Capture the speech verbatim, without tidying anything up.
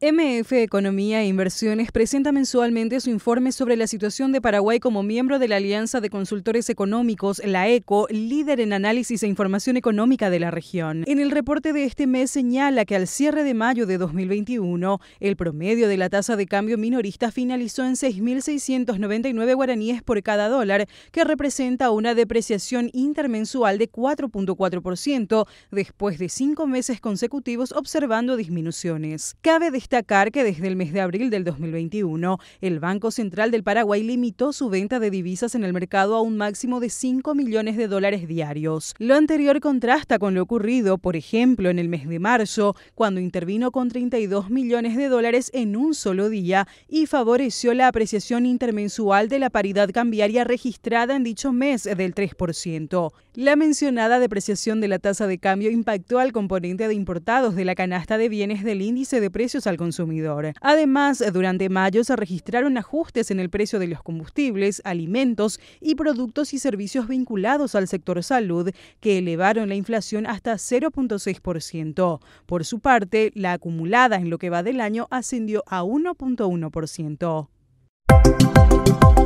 M F Economía e Inversiones presenta mensualmente su informe sobre la situación de Paraguay como miembro de la Alianza de Consultores Económicos, la E C O, líder en análisis e información económica de la región. En el reporte de este mes señala que al cierre de mayo de dos mil veintiuno, el promedio de la tasa de cambio minorista finalizó en seis mil seiscientos noventa y nueve guaraníes por cada dólar, que representa una depreciación intermensual de cuatro punto cuatro por ciento, después de cinco meses consecutivos observando disminuciones. Cabe destacar que desde el mes de abril del dos mil veintiuno, el Banco Central del Paraguay limitó su venta de divisas en el mercado a un máximo de cinco millones de dólares diarios. Lo anterior contrasta con lo ocurrido, por ejemplo, en el mes de marzo, cuando intervino con treinta y dos millones de dólares en un solo día y favoreció la apreciación intermensual de la paridad cambiaria registrada en dicho mes del tres por ciento. La mencionada depreciación de la tasa de cambio impactó al componente de importados de la canasta de bienes del índice de precios al consumidor. Además, durante mayo se registraron ajustes en el precio de los combustibles, alimentos y productos y servicios vinculados al sector salud, que elevaron la inflación hasta cero punto seis por ciento. Por su parte, la acumulada en lo que va del año ascendió a uno punto uno por ciento.